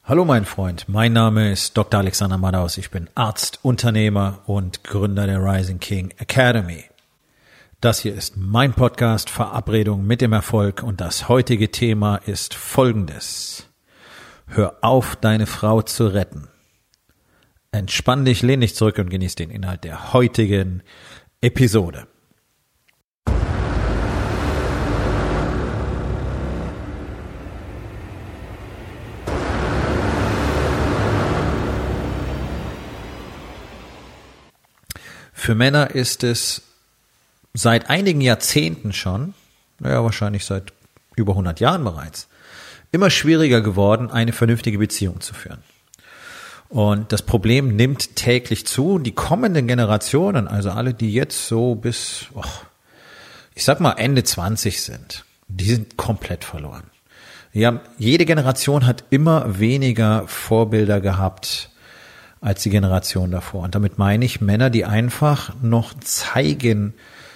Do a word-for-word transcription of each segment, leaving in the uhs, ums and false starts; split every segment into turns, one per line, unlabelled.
Hallo mein Freund, mein Name ist Doktor Alexander Madaus. Ich bin Arzt, Unternehmer und Gründer der Rising King Academy. Das hier ist mein Podcast Verabredung mit dem Erfolg und das heutige Thema ist folgendes. Hör auf, deine Frau zu retten. Entspann dich, lehn dich zurück und genieß den Inhalt der heutigen Episode. Für Männer ist es seit einigen Jahrzehnten schon, naja, wahrscheinlich seit über hundert Jahren bereits, immer schwieriger geworden, eine vernünftige Beziehung zu führen. Und das Problem nimmt täglich zu. Die kommenden Generationen, also alle, die jetzt so bis, oh, ich sag mal Ende zwanzig sind, die sind komplett verloren. Ja, jede Generation hat immer weniger Vorbilder gehabt als die Generation davor. Und damit meine ich Männer, die einfach noch zeigen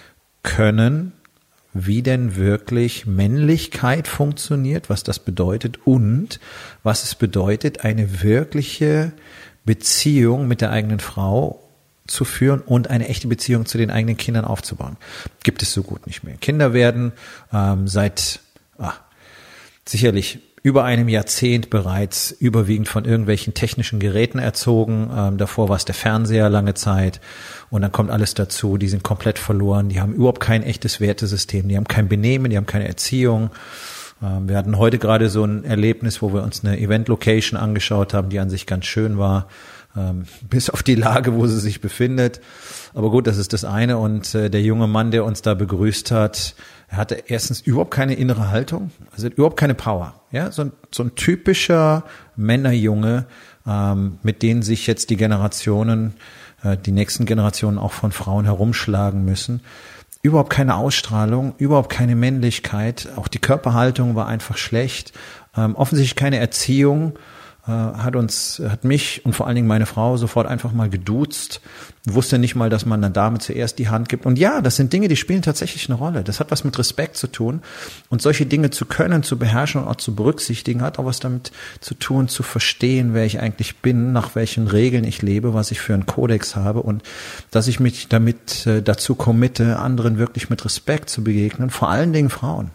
können, wie denn wirklich Männlichkeit funktioniert, was das bedeutet und was es bedeutet, eine wirkliche Beziehung mit der eigenen Frau zu führen und eine echte Beziehung zu den eigenen Kindern aufzubauen. Gibt es so gut nicht mehr. Kinder werden ähm, seit ah, sicherlich über einem Jahrzehnt bereits überwiegend von irgendwelchen technischen Geräten erzogen. Ähm, davor war es der Fernseher lange Zeit und dann kommt alles dazu. Die sind komplett verloren, die haben überhaupt kein echtes Wertesystem, die haben kein Benehmen, die haben keine Erziehung. Ähm, wir hatten heute gerade so ein Erlebnis, wo wir uns eine Event-Location angeschaut haben, die an sich ganz schön war, ähm, bis auf die Lage, wo sie sich befindet. Aber gut, das ist das eine und äh, der junge Mann, der uns da begrüßt hat, er hatte erstens überhaupt keine innere Haltung, also überhaupt keine Power. Ja, so ein, so ein typischer Männerjunge, ähm, mit denen sich jetzt die Generationen, äh, die nächsten Generationen auch von Frauen herumschlagen müssen. Überhaupt keine Ausstrahlung, überhaupt keine Männlichkeit. Auch die Körperhaltung war einfach schlecht. Ähm, offensichtlich keine Erziehung. hat uns, hat mich und vor allen Dingen meine Frau sofort einfach mal geduzt, wusste nicht mal, dass man einer Dame zuerst die Hand gibt. Und ja, das sind Dinge, die spielen tatsächlich eine Rolle. Das hat was mit Respekt zu tun. Und solche Dinge zu können, zu beherrschen und auch zu berücksichtigen, hat auch was damit zu tun, zu verstehen, wer ich eigentlich bin, nach welchen Regeln ich lebe, was ich für einen Kodex habe und dass ich mich damit äh, dazu committe, anderen wirklich mit Respekt zu begegnen, vor allen Dingen Frauen.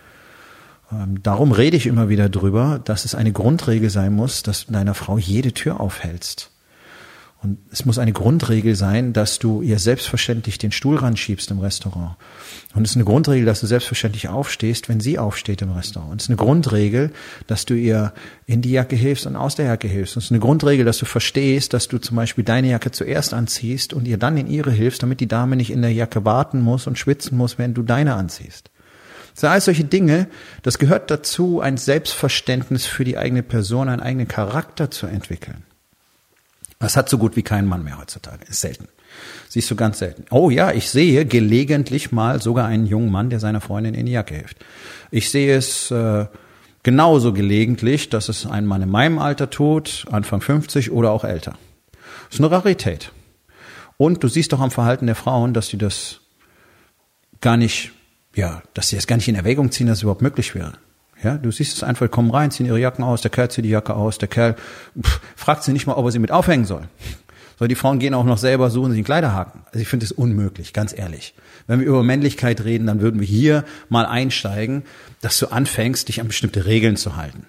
Darum rede ich immer wieder drüber, dass es eine Grundregel sein muss, dass du deiner Frau jede Tür aufhältst. Und es muss eine Grundregel sein, dass du ihr selbstverständlich den Stuhl ranschiebst im Restaurant. Und es ist eine Grundregel, dass du selbstverständlich aufstehst, wenn sie aufsteht im Restaurant. Und es ist eine Grundregel, dass du ihr in die Jacke hilfst und aus der Jacke hilfst. Und es ist eine Grundregel, dass du verstehst, dass du zum Beispiel deine Jacke zuerst anziehst und ihr dann in ihre hilfst, damit die Dame nicht in der Jacke warten muss und schwitzen muss, während du deine anziehst. Das sind all solche Dinge, das gehört dazu, ein Selbstverständnis für die eigene Person, einen eigenen Charakter zu entwickeln. Das hat so gut wie kein Mann mehr heutzutage, ist selten. Siehst du ganz selten. Oh ja, ich sehe gelegentlich mal sogar einen jungen Mann, der seiner Freundin in die Jacke hilft. Ich sehe es äh, genauso gelegentlich, dass es ein Mann in meinem Alter tut, Anfang fünfzig oder auch älter. Das ist eine Rarität. Und du siehst doch am Verhalten der Frauen, dass sie das gar nicht Ja, dass sie das gar nicht in Erwägung ziehen, dass es überhaupt möglich wäre. Ja, du siehst es einfach, kommen rein, ziehen ihre Jacken aus, der Kerl zieht die Jacke aus, der Kerl pff, fragt sie nicht mal, ob er sie mit aufhängen soll. So, die Frauen gehen auch noch selber, suchen sich einen Kleiderhaken. Also ich finde es unmöglich, ganz ehrlich. Wenn wir über Männlichkeit reden, dann würden wir hier mal einsteigen, dass du anfängst, dich an bestimmte Regeln zu halten.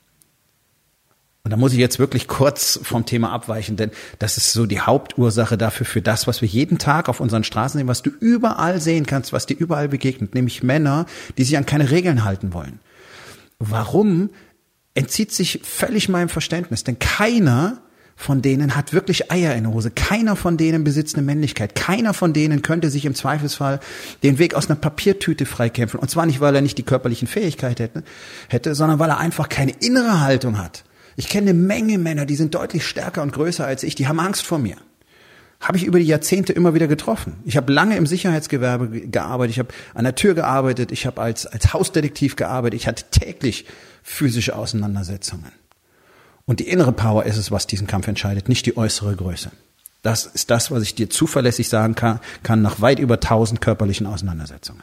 Und da muss ich jetzt wirklich kurz vom Thema abweichen, denn das ist so die Hauptursache dafür, für das, was wir jeden Tag auf unseren Straßen sehen, was du überall sehen kannst, was dir überall begegnet, nämlich Männer, die sich an keine Regeln halten wollen. Warum? Entzieht sich völlig meinem Verständnis, denn keiner von denen hat wirklich Eier in der Hose, keiner von denen besitzt eine Männlichkeit, keiner von denen könnte sich im Zweifelsfall den Weg aus einer Papiertüte freikämpfen, und zwar nicht, weil er nicht die körperlichen Fähigkeiten hätte, hätte, sondern weil er einfach keine innere Haltung hat. Ich kenne eine Menge Männer, die sind deutlich stärker und größer als ich, die haben Angst vor mir. Habe ich über die Jahrzehnte immer wieder getroffen. Ich habe lange im Sicherheitsgewerbe gearbeitet, ich habe an der Tür gearbeitet, ich habe als als Hausdetektiv gearbeitet, ich hatte täglich physische Auseinandersetzungen. Und die innere Power ist es, was diesen Kampf entscheidet, nicht die äußere Größe. Das ist das, was ich dir zuverlässig sagen kann, kann nach weit über tausend körperlichen Auseinandersetzungen.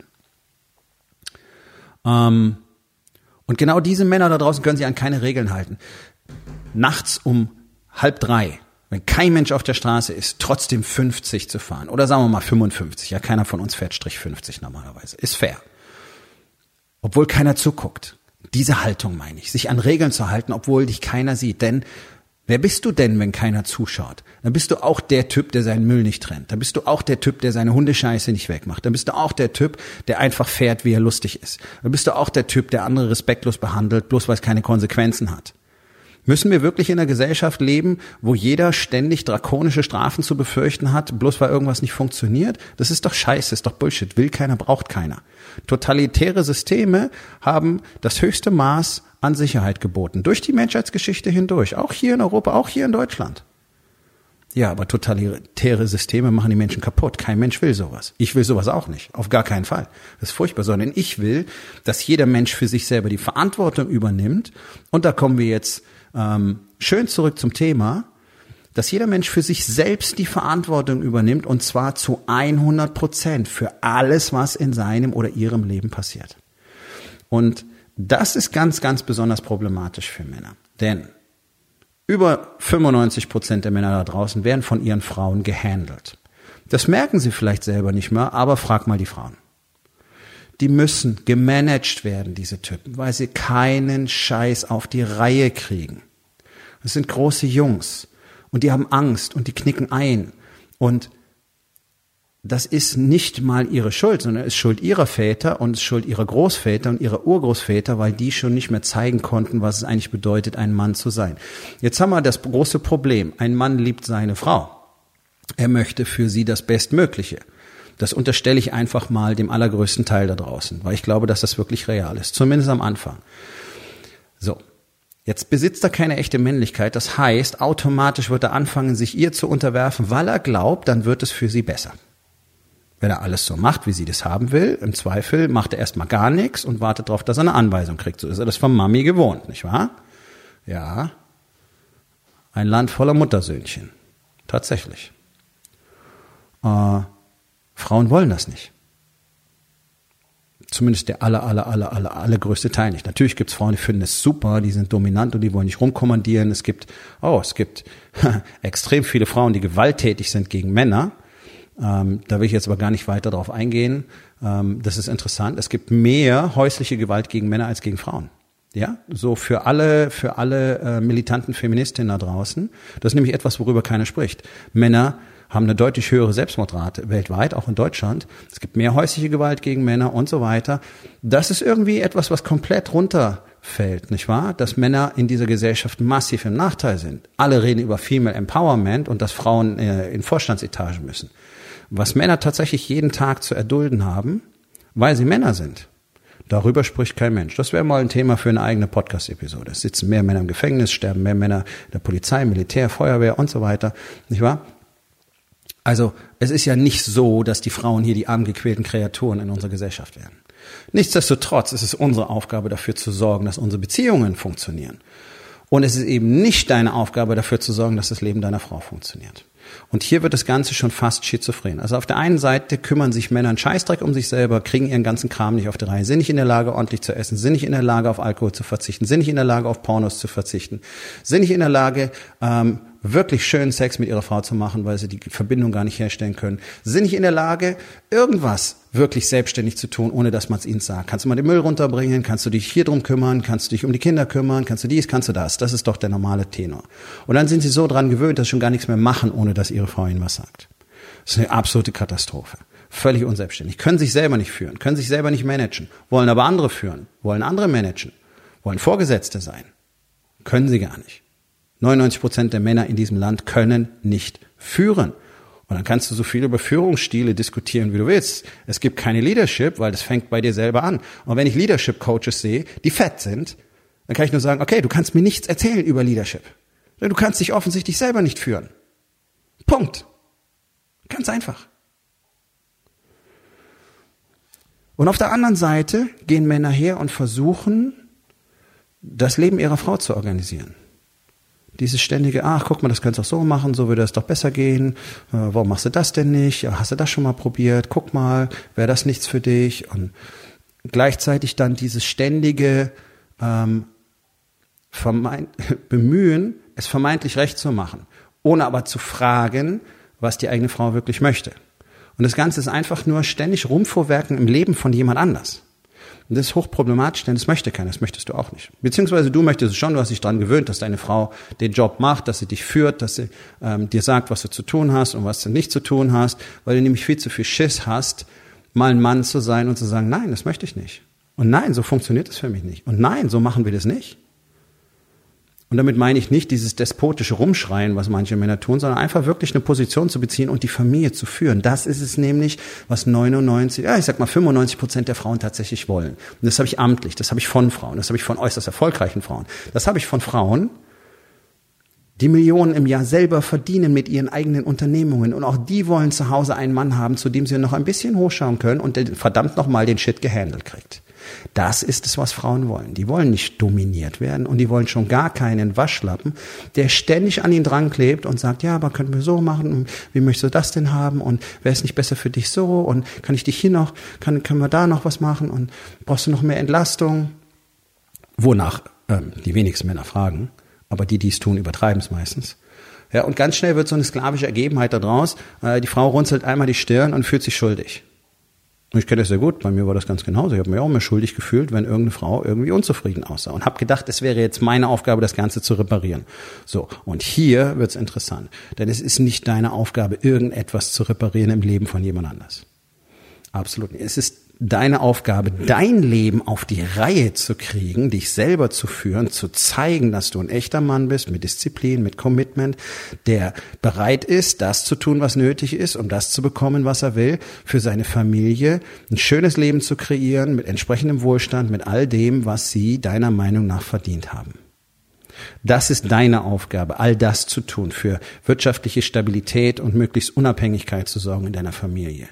Ähm, und genau diese Männer da draußen können sich an keine Regeln halten.
nachts um halb drei, wenn kein Mensch auf der Straße ist, trotzdem fünfzig zu fahren. Oder sagen wir mal fünfundfünfzig. Ja, keiner von uns fährt Strich fünfzig normalerweise. Ist fair. Obwohl keiner zuguckt. Diese Haltung meine ich. Sich an Regeln zu halten, obwohl dich keiner sieht. Denn wer bist du denn, wenn keiner zuschaut? Dann bist du auch der Typ, der seinen Müll nicht trennt. Dann bist du auch der Typ, der seine Hundescheiße nicht wegmacht. Dann bist du auch der Typ, der einfach fährt, wie er lustig ist. Dann bist du auch der Typ, der andere respektlos behandelt, bloß weil es keine Konsequenzen hat. Müssen wir wirklich in einer Gesellschaft leben, wo jeder ständig drakonische Strafen zu befürchten hat, bloß weil irgendwas nicht funktioniert? Das ist doch scheiße, ist doch Bullshit. Will keiner, braucht keiner. Totalitäre Systeme haben das höchste Maß an Sicherheit geboten. Durch die Menschheitsgeschichte hindurch. Auch hier in Europa, auch hier in Deutschland. Ja, aber totalitäre Systeme machen die Menschen kaputt. Kein Mensch will sowas. Ich will sowas auch nicht. Auf gar keinen Fall. Das ist furchtbar. Sondern ich will, dass jeder Mensch für sich selber die Verantwortung übernimmt. Und da kommen wir jetzt ähm, schön zurück zum Thema, dass jeder Mensch für sich selbst die Verantwortung übernimmt. Und zwar zu hundert Prozent für alles, was in seinem oder ihrem Leben passiert. Und das ist ganz, ganz besonders problematisch für Männer. Denn über fünfundneunzig Prozent der Männer da draußen werden von ihren Frauen gehandelt. Das merken sie vielleicht selber nicht mehr, aber frag mal die Frauen. Die müssen gemanagt werden, diese Typen, weil sie keinen Scheiß auf die Reihe kriegen. Das sind große Jungs und die haben Angst und die knicken ein. Und das ist nicht mal ihre Schuld, sondern es ist Schuld ihrer Väter und es ist Schuld ihrer Großväter und ihrer Urgroßväter, weil die schon nicht mehr zeigen konnten, was es eigentlich bedeutet, ein Mann zu sein. Jetzt haben wir das große Problem. Ein Mann liebt seine Frau. Er möchte für sie das Bestmögliche. Das unterstelle ich einfach mal dem allergrößten Teil da draußen, weil ich glaube, dass das wirklich real ist. Zumindest am Anfang. So. Jetzt besitzt er keine echte Männlichkeit. Das heißt, automatisch wird er anfangen, sich ihr zu unterwerfen, weil er glaubt, dann wird es für sie besser. Wenn er alles so macht, wie sie das haben will, im Zweifel macht er erstmal gar nichts und wartet darauf, dass er eine Anweisung kriegt. So ist er das von Mami gewohnt, nicht wahr? Ja, ein Land voller Muttersöhnchen. Tatsächlich. Äh, Frauen wollen das nicht. Zumindest der aller, aller, aller, aller, allergrößte Teil nicht. Natürlich gibt es Frauen, die finden es super, die sind dominant und die wollen nicht rumkommandieren. Es gibt, oh, es gibt extrem viele Frauen, die gewalttätig sind gegen Männer. Ähm, da will ich jetzt aber gar nicht weiter drauf eingehen. Ähm, das ist interessant. Es gibt mehr häusliche Gewalt gegen Männer als gegen Frauen. Ja, so für alle, für alle äh, militanten Feministinnen da draußen. Das ist nämlich etwas, worüber keiner spricht. Männer haben eine deutlich höhere Selbstmordrate weltweit, auch in Deutschland. Es gibt mehr häusliche Gewalt gegen Männer und so weiter. Das ist irgendwie etwas, was komplett runterfällt, nicht wahr? Dass Männer in dieser Gesellschaft massiv im Nachteil sind. Alle reden über Female Empowerment und dass Frauen äh, in Vorstandsetagen müssen. Was Männer tatsächlich jeden Tag zu erdulden haben, weil sie Männer sind. Darüber spricht kein Mensch. Das wäre mal ein Thema für eine eigene Podcast-Episode. Es sitzen mehr Männer im Gefängnis, sterben mehr Männer in der Polizei, Militär, Feuerwehr und so weiter, nicht wahr? Also es ist ja nicht so, dass die Frauen hier die armen gequälten Kreaturen in unserer Gesellschaft werden. Nichtsdestotrotz ist es unsere Aufgabe, dafür zu sorgen, dass unsere Beziehungen funktionieren. Und es ist eben nicht deine Aufgabe, dafür zu sorgen, dass das Leben deiner Frau funktioniert. Und hier wird das Ganze schon fast schizophren. Also auf der einen Seite kümmern sich Männer einen Scheißdreck um sich selber, kriegen ihren ganzen Kram nicht auf die Reihe, sind nicht in der Lage, ordentlich zu essen, sind nicht in der Lage, auf Alkohol zu verzichten, sind nicht in der Lage, auf Pornos zu verzichten, sind nicht in der Lage, ähm, wirklich schönen Sex mit ihrer Frau zu machen, weil sie die Verbindung gar nicht herstellen können, sind nicht in der Lage, irgendwas wirklich selbstständig zu tun, ohne dass man es ihnen sagt. Kannst du mal den Müll runterbringen? Kannst du dich hier drum kümmern? Kannst du dich um die Kinder kümmern? Kannst du dies? Kannst du das? Das ist doch der normale Tenor. Und dann sind sie so dran gewöhnt, dass sie schon gar nichts mehr machen, ohne dass ihre Frau ihnen was sagt. Das ist eine absolute Katastrophe. Völlig unselbstständig. Können sich selber nicht führen, können sich selber nicht managen, wollen aber andere führen, wollen andere managen, wollen Vorgesetzte sein. Können sie gar nicht. neunundneunzig Prozent der Männer in diesem Land können nicht führen. Und dann kannst du so viel über Führungsstile diskutieren, wie du willst. Es gibt keine Leadership, weil das fängt bei dir selber an. Und wenn ich Leadership-Coaches sehe, die fett sind, dann kann ich nur sagen, okay, du kannst mir nichts erzählen über Leadership. Denn du kannst dich offensichtlich selber nicht führen. Punkt. Ganz einfach. Und auf der anderen Seite gehen Männer her und versuchen, das Leben ihrer Frau zu organisieren. Dieses ständige, ach, guck mal, das könntest du auch so machen, so würde es doch besser gehen. Äh, warum machst du das denn nicht? Ja, hast du das schon mal probiert? Guck mal, wäre das nichts für dich? Und gleichzeitig dann dieses ständige ähm, vermeint, Bemühen, es vermeintlich recht zu machen, ohne aber zu fragen, was die eigene Frau wirklich möchte. Und das Ganze ist einfach nur ständig rumvorwerken im Leben von jemand anders. Und das ist hochproblematisch, denn das möchte keiner, das möchtest du auch nicht. Beziehungsweise du möchtest es schon, du hast dich daran gewöhnt, dass deine Frau den Job macht, dass sie dich führt, dass sie ähm, dir sagt, was du zu tun hast und was du nicht zu tun hast, weil du nämlich viel zu viel Schiss hast, mal ein Mann zu sein und zu sagen, nein, das möchte ich nicht. Und nein, so funktioniert es für mich nicht. Und nein, so machen wir das nicht. Und damit meine ich nicht dieses despotische Rumschreien, was manche Männer tun, sondern einfach wirklich eine Position zu beziehen und die Familie zu führen. Das ist es nämlich, was neunundneunzig, ja, ich sag mal fünfundneunzig Prozent der Frauen tatsächlich wollen. Und das habe ich amtlich, das habe ich von Frauen, das habe ich von äußerst erfolgreichen Frauen. Das habe ich von Frauen, die Millionen im Jahr selber verdienen mit ihren eigenen Unternehmungen. Und auch die wollen zu Hause einen Mann haben, zu dem sie noch ein bisschen hochschauen können und der verdammt nochmal den Shit gehandelt kriegt. Das ist es, was Frauen wollen. Die wollen nicht dominiert werden und die wollen schon gar keinen Waschlappen, der ständig an ihnen dran klebt und sagt, ja, aber können wir so machen und wie möchtest du das denn haben und wäre es nicht besser für dich so und kann ich dich hier noch, kann, können wir da noch was machen und brauchst du noch mehr Entlastung? Wonach ähm, die wenigsten Männer fragen, aber die, die es tun, übertreiben es meistens. Ja, und ganz schnell wird so eine sklavische Ergebenheit daraus. Äh, die Frau runzelt einmal die Stirn und fühlt sich schuldig. Und ich kenne das sehr gut, bei mir war das ganz genauso. Ich habe mich auch immer schuldig gefühlt, wenn irgendeine Frau irgendwie unzufrieden aussah. Und habe gedacht, es wäre jetzt meine Aufgabe, das Ganze zu reparieren. So, und hier wird's interessant. Denn es ist nicht deine Aufgabe, irgendetwas zu reparieren im Leben von jemand anders. Absolut nicht. Es ist deine Aufgabe, dein Leben auf die Reihe zu kriegen, dich selber zu führen, zu zeigen, dass du ein echter Mann bist, mit Disziplin, mit Commitment, der bereit ist, das zu tun, was nötig ist, um das zu bekommen, was er will, für seine Familie, ein schönes Leben zu kreieren, mit entsprechendem Wohlstand, mit all dem, was sie deiner Meinung nach verdient haben. Das ist deine Aufgabe, all das zu tun, für wirtschaftliche Stabilität und möglichst Unabhängigkeit zu sorgen in deiner Familie.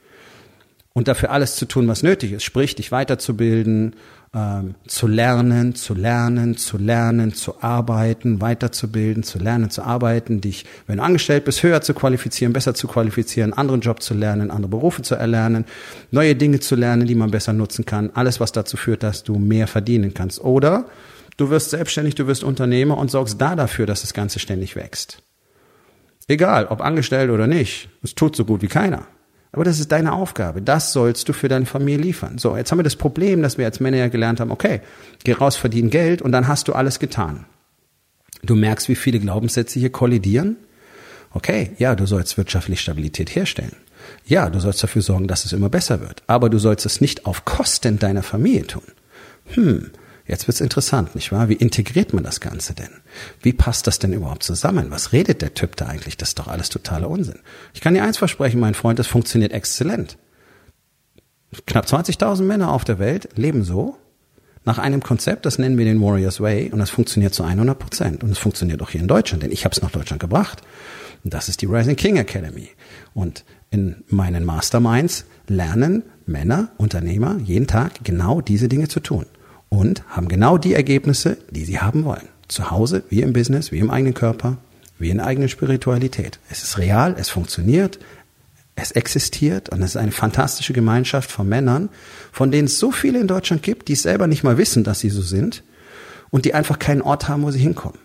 Und dafür alles zu tun, was nötig ist, sprich dich weiterzubilden, ähm, zu lernen, zu lernen, zu lernen, zu arbeiten, weiterzubilden, zu lernen, zu arbeiten, dich, wenn du angestellt bist, höher zu qualifizieren, besser zu qualifizieren, einen anderen Job zu lernen, andere Berufe zu erlernen, neue Dinge zu lernen, die man besser nutzen kann, alles, was dazu führt, dass du mehr verdienen kannst. Oder du wirst selbstständig, du wirst Unternehmer und sorgst da dafür, dass das Ganze ständig wächst. Egal, ob angestellt oder nicht, es tut so gut wie keiner. Aber das ist deine Aufgabe. Das sollst du für deine Familie liefern. So, jetzt haben wir das Problem, dass wir als Männer ja gelernt haben, okay, geh raus, verdien Geld und dann hast du alles getan. Du merkst, wie viele Glaubenssätze hier kollidieren. Okay, ja, du sollst wirtschaftliche Stabilität herstellen. Ja, du sollst dafür sorgen, dass es immer besser wird. Aber du sollst es nicht auf Kosten deiner Familie tun. Hm, jetzt wird's interessant, nicht wahr? Wie integriert man das Ganze denn? Wie passt das denn überhaupt zusammen? Was redet der Typ da eigentlich? Das ist doch alles totaler Unsinn. Ich kann dir eins versprechen, mein Freund, das funktioniert exzellent. Knapp zwanzigtausend Männer auf der Welt leben so, nach einem Konzept, das nennen wir den Warriors Way, und das funktioniert zu hundert Prozent. Und es funktioniert auch hier in Deutschland, denn ich habe es nach Deutschland gebracht. Und das ist die Rising King Academy. Und in meinen Masterminds lernen Männer, Unternehmer jeden Tag genau diese Dinge zu tun. Und haben genau die Ergebnisse, die sie haben wollen. Zu Hause, wie im Business, wie im eigenen Körper, wie in der eigenen Spiritualität. Es ist real, es funktioniert, es existiert und es ist eine fantastische Gemeinschaft von Männern, von denen es so viele in Deutschland gibt, die es selber nicht mal wissen, dass sie so sind und die einfach keinen Ort haben, wo sie hinkommen.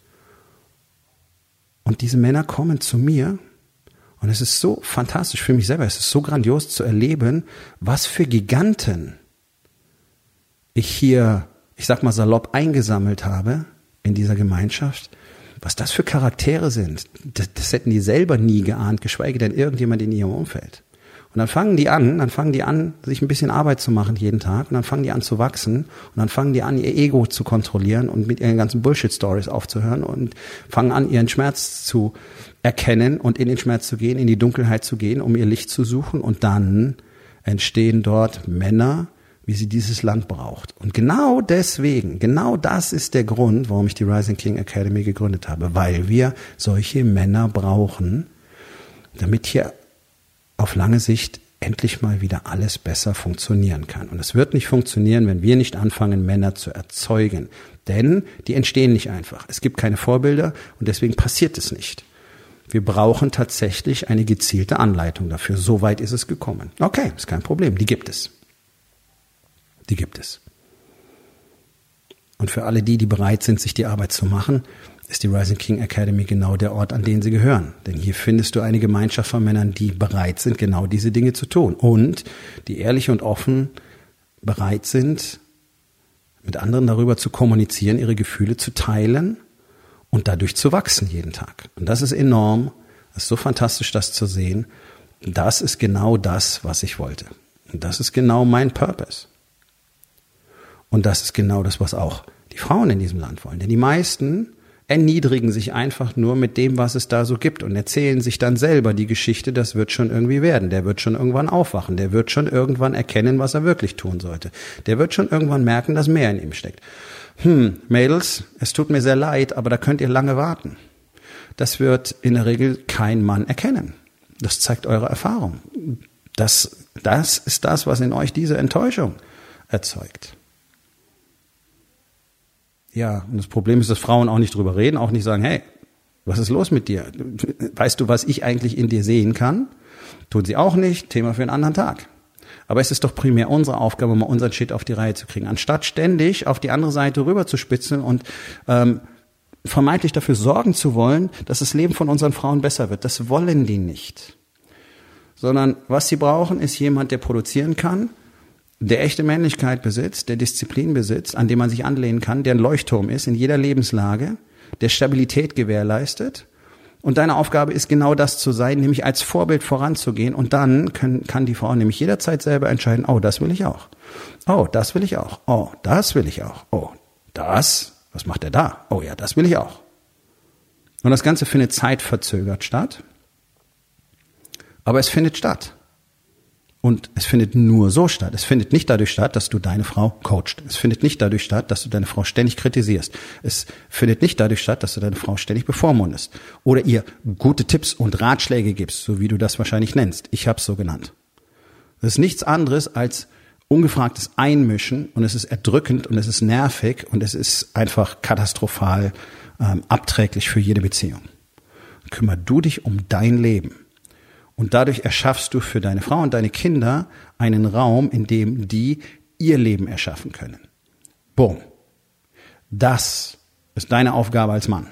Und diese Männer kommen zu mir und es ist so fantastisch für mich selber, es ist so grandios zu erleben, was für Giganten ich hier, ich sag mal salopp, eingesammelt habe in dieser Gemeinschaft, was das für Charaktere sind, das, das hätten die selber nie geahnt, geschweige denn irgendjemand in ihrem Umfeld. Und dann fangen die an, dann fangen die an, sich ein bisschen Arbeit zu machen jeden Tag und dann fangen die an zu wachsen und dann fangen die an, ihr Ego zu kontrollieren und mit ihren ganzen Bullshit-Stories aufzuhören und fangen an, ihren Schmerz zu erkennen und in den Schmerz zu gehen, in die Dunkelheit zu gehen, um ihr Licht zu suchen und dann entstehen dort Männer, wie sie dieses Land braucht. Und genau deswegen, genau das ist der Grund, warum ich die Rising King Academy gegründet habe, weil wir solche Männer brauchen, damit hier auf lange Sicht endlich mal wieder alles besser funktionieren kann. Und es wird nicht funktionieren, wenn wir nicht anfangen, Männer zu erzeugen. Denn die entstehen nicht einfach. Es gibt keine Vorbilder und deswegen passiert es nicht. Wir brauchen tatsächlich eine gezielte Anleitung dafür. So weit ist es gekommen. Okay, ist kein Problem, die gibt es. Die gibt es. Und für alle die, die bereit sind, sich die Arbeit zu machen, ist die Rising King Academy genau der Ort, an den sie gehören. Denn hier findest du eine Gemeinschaft von Männern, die bereit sind, genau diese Dinge zu tun. Und die ehrlich und offen bereit sind, mit anderen darüber zu kommunizieren, ihre Gefühle zu teilen und dadurch zu wachsen jeden Tag. Und das ist enorm. Es ist so fantastisch, das zu sehen. Das ist genau das, was ich wollte. Und das ist genau mein Purpose. Und das ist genau das, was auch die Frauen in diesem Land wollen. Denn die meisten erniedrigen sich einfach nur mit dem, was es da so gibt und erzählen sich dann selber die Geschichte, das wird schon irgendwie werden. Der wird schon irgendwann aufwachen. Der wird schon irgendwann erkennen, was er wirklich tun sollte. Der wird schon irgendwann merken, dass mehr in ihm steckt. Hm, Mädels, es tut mir sehr leid, aber da könnt ihr lange warten. Das wird in der Regel kein Mann erkennen. Das zeigt eure Erfahrung. Das, das ist das, was in euch diese Enttäuschung erzeugt. Ja, und das Problem ist, dass Frauen auch nicht drüber reden, auch nicht sagen, hey, was ist los mit dir? Weißt du, was ich eigentlich in dir sehen kann? Tun sie auch nicht, Thema für einen anderen Tag. Aber es ist doch primär unsere Aufgabe, mal unseren Shit auf die Reihe zu kriegen, anstatt ständig auf die andere Seite rüber zu spitzen und ähm, vermeintlich dafür sorgen zu wollen, dass das Leben von unseren Frauen besser wird. Das wollen die nicht. Sondern was sie brauchen, ist jemand, der produzieren kann, der echte Männlichkeit besitzt, der Disziplin besitzt, an dem man sich anlehnen kann, der ein Leuchtturm ist in jeder Lebenslage, der Stabilität gewährleistet. Und deine Aufgabe ist genau das zu sein, nämlich als Vorbild voranzugehen. Und dann können, kann die Frau nämlich jederzeit selber entscheiden, oh, das will ich auch. Oh, das will ich auch. Oh, das will ich auch. Oh, das, was macht er da? Oh ja, das will ich auch. Und das Ganze findet zeitverzögert statt. Aber es findet statt. Und es findet nur so statt. Es findet nicht dadurch statt, dass du deine Frau coachst. Es findet nicht dadurch statt, dass du deine Frau ständig kritisierst. Es findet nicht dadurch statt, dass du deine Frau ständig bevormundest. Oder ihr gute Tipps und Ratschläge gibst, so wie du das wahrscheinlich nennst. Ich habe es so genannt. Das ist nichts anderes als ungefragtes Einmischen und es ist erdrückend und es ist nervig und es ist einfach katastrophal ähm, abträglich für jede Beziehung. Kümmer du dich um dein Leben. Und dadurch erschaffst du für deine Frau und deine Kinder einen Raum, in dem die ihr Leben erschaffen können. Boom. Das ist deine Aufgabe als Mann.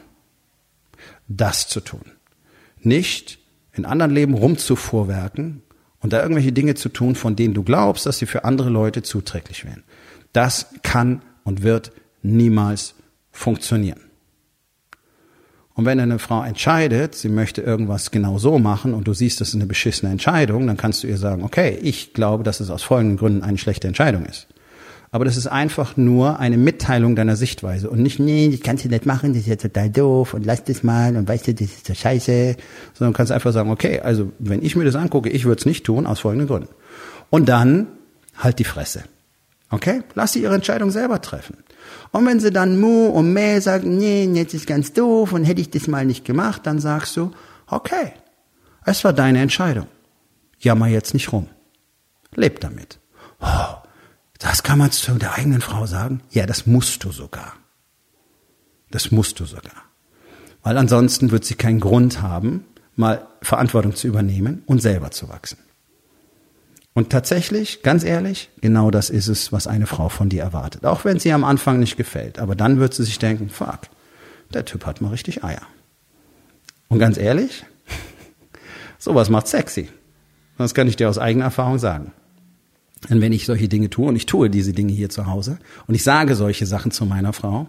Das zu tun. Nicht in anderen Leben rumzufuhrwerken und da irgendwelche Dinge zu tun, von denen du glaubst, dass sie für andere Leute zuträglich wären. Das kann und wird niemals funktionieren. Und wenn eine Frau entscheidet, sie möchte irgendwas genau so machen und du siehst, das ist eine beschissene Entscheidung, dann kannst du ihr sagen, okay, ich glaube, dass es aus folgenden Gründen eine schlechte Entscheidung ist. Aber das ist einfach nur eine Mitteilung deiner Sichtweise und nicht, nee, das kannst du nicht machen, das ist ja total doof und lass das mal und weißt du, das ist so scheiße. Sondern du kannst einfach sagen, okay, also wenn ich mir das angucke, ich würde es nicht tun, aus folgenden Gründen. Und dann halt die Fresse. Okay? Lass sie ihre Entscheidung selber treffen. Und wenn sie dann mu und meh sagen, nee, jetzt ist ganz doof und hätte ich das mal nicht gemacht, dann sagst du, okay, es war deine Entscheidung. Jammer jetzt nicht rum. Leb damit. Oh, das kann man zu der eigenen Frau sagen? Ja, das musst du sogar. Das musst du sogar. Weil ansonsten wird sie keinen Grund haben, mal Verantwortung zu übernehmen und selber zu wachsen. Und tatsächlich, ganz ehrlich, genau das ist es, was eine Frau von dir erwartet. Auch wenn sie am Anfang nicht gefällt. Aber dann wird sie sich denken, fuck, der Typ hat mal richtig Eier. Und ganz ehrlich, sowas macht sexy. Das kann ich dir aus eigener Erfahrung sagen. Denn wenn ich solche Dinge tue, und ich tue diese Dinge hier zu Hause, und ich sage solche Sachen zu meiner Frau,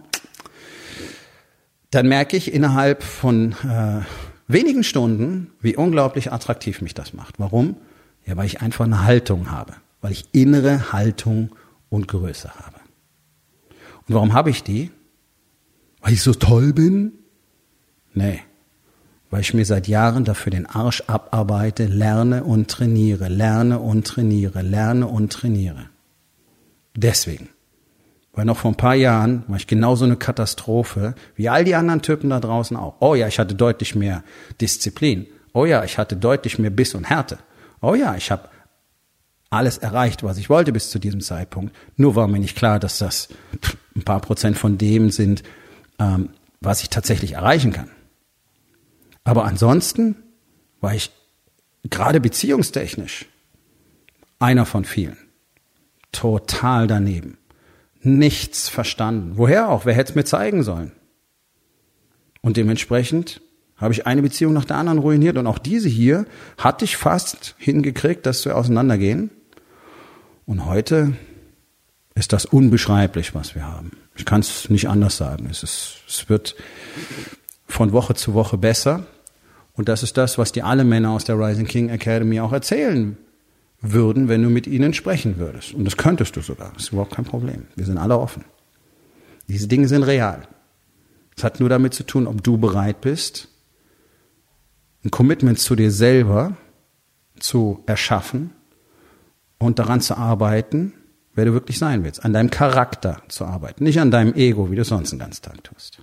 dann merke ich innerhalb von äh, wenigen Stunden, wie unglaublich attraktiv mich das macht. Warum? Ja, weil ich einfach eine Haltung habe, weil ich innere Haltung und Größe habe. Und warum habe ich die? Weil ich so toll bin? Nee, weil ich mir seit Jahren dafür den Arsch abarbeite, lerne und trainiere, lerne und trainiere, lerne und trainiere. Deswegen. Weil noch vor ein paar Jahren war ich genauso eine Katastrophe, wie all die anderen Typen da draußen auch. Oh ja, ich hatte deutlich mehr Disziplin. Oh ja, ich hatte deutlich mehr Biss und Härte. Oh ja, ich habe alles erreicht, was ich wollte bis zu diesem Zeitpunkt. Nur war mir nicht klar, dass das ein paar Prozent von dem sind, ähm, was ich tatsächlich erreichen kann. Aber ansonsten war ich gerade beziehungstechnisch einer von vielen. Total daneben. Nichts verstanden. Woher auch? Wer hätte es mir zeigen sollen? Und dementsprechend habe ich eine Beziehung nach der anderen ruiniert. Und auch diese hier hatte ich fast hingekriegt, dass wir auseinandergehen. Und heute ist das unbeschreiblich, was wir haben. Ich kann es nicht anders sagen. Es ist, es wird von Woche zu Woche besser. Und das ist das, was dir alle Männer aus der Rising King Academy auch erzählen würden, wenn du mit ihnen sprechen würdest. Und das könntest du sogar. Das ist überhaupt kein Problem. Wir sind alle offen. Diese Dinge sind real. Es hat nur damit zu tun, ob du bereit bist, ein Commitment zu dir selber zu erschaffen und daran zu arbeiten, wer du wirklich sein willst. An deinem Charakter zu arbeiten, nicht an deinem Ego, wie du sonst den ganzen Tag tust.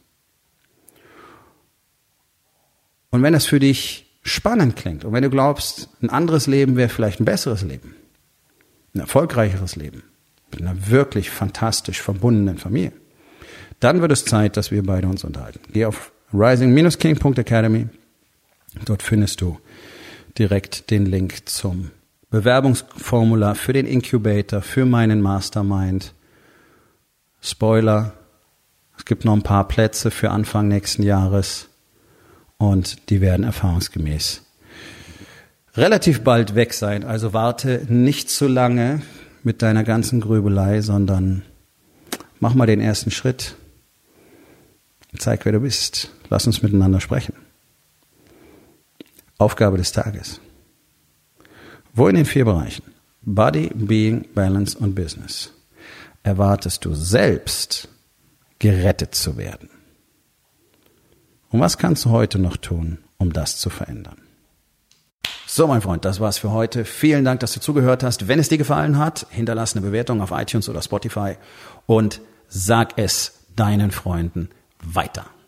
Und wenn das für dich spannend klingt und wenn du glaubst, ein anderes Leben wäre vielleicht ein besseres Leben, ein erfolgreicheres Leben, mit einer wirklich fantastisch verbundenen Familie, dann wird es Zeit, dass wir beide uns unterhalten. Geh auf rising Bindestrich king Punkt academy. Dort findest du direkt den Link zum Bewerbungsformular für den Incubator, für meinen Mastermind. Spoiler, es gibt noch ein paar Plätze für Anfang nächsten Jahres und die werden erfahrungsgemäß relativ bald weg sein. Also warte nicht zu lange mit deiner ganzen Grübelei, sondern mach mal den ersten Schritt. Zeig, wer du bist. Lass uns miteinander sprechen. Aufgabe des Tages. Wo in den vier Bereichen Body, Being, Balance und Business erwartest du selbst, gerettet zu werden? Und was kannst du heute noch tun, um das zu verändern? So, mein Freund, das war's für heute. Vielen Dank, dass du zugehört hast. Wenn es dir gefallen hat, hinterlass eine Bewertung auf iTunes oder Spotify und sag es deinen Freunden weiter.